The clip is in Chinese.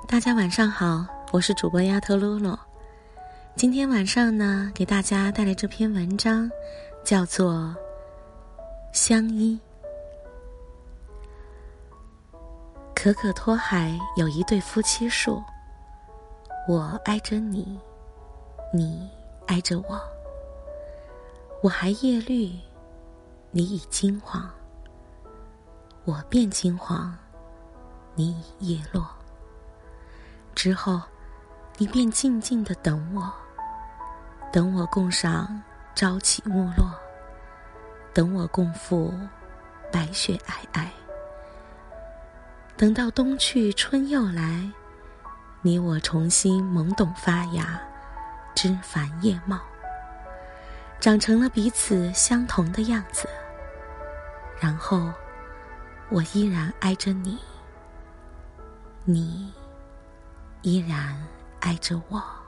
大家晚上好，我是主播丫头露露。今天晚上呢，给大家带来这篇文章，叫做《相依》。可可托海有一对夫妻树，我挨着你，你挨着我。我还叶绿，你已金黄；我变金黄，你已叶落。之后，你便静静地等我，等我共赏朝起暮落，等我共赴白雪皑皑。等到冬去春又来，你我重新懵懂发芽，枝繁叶茂，长成了彼此相同的样子。然后，我依然挨着你，你依然挨着我。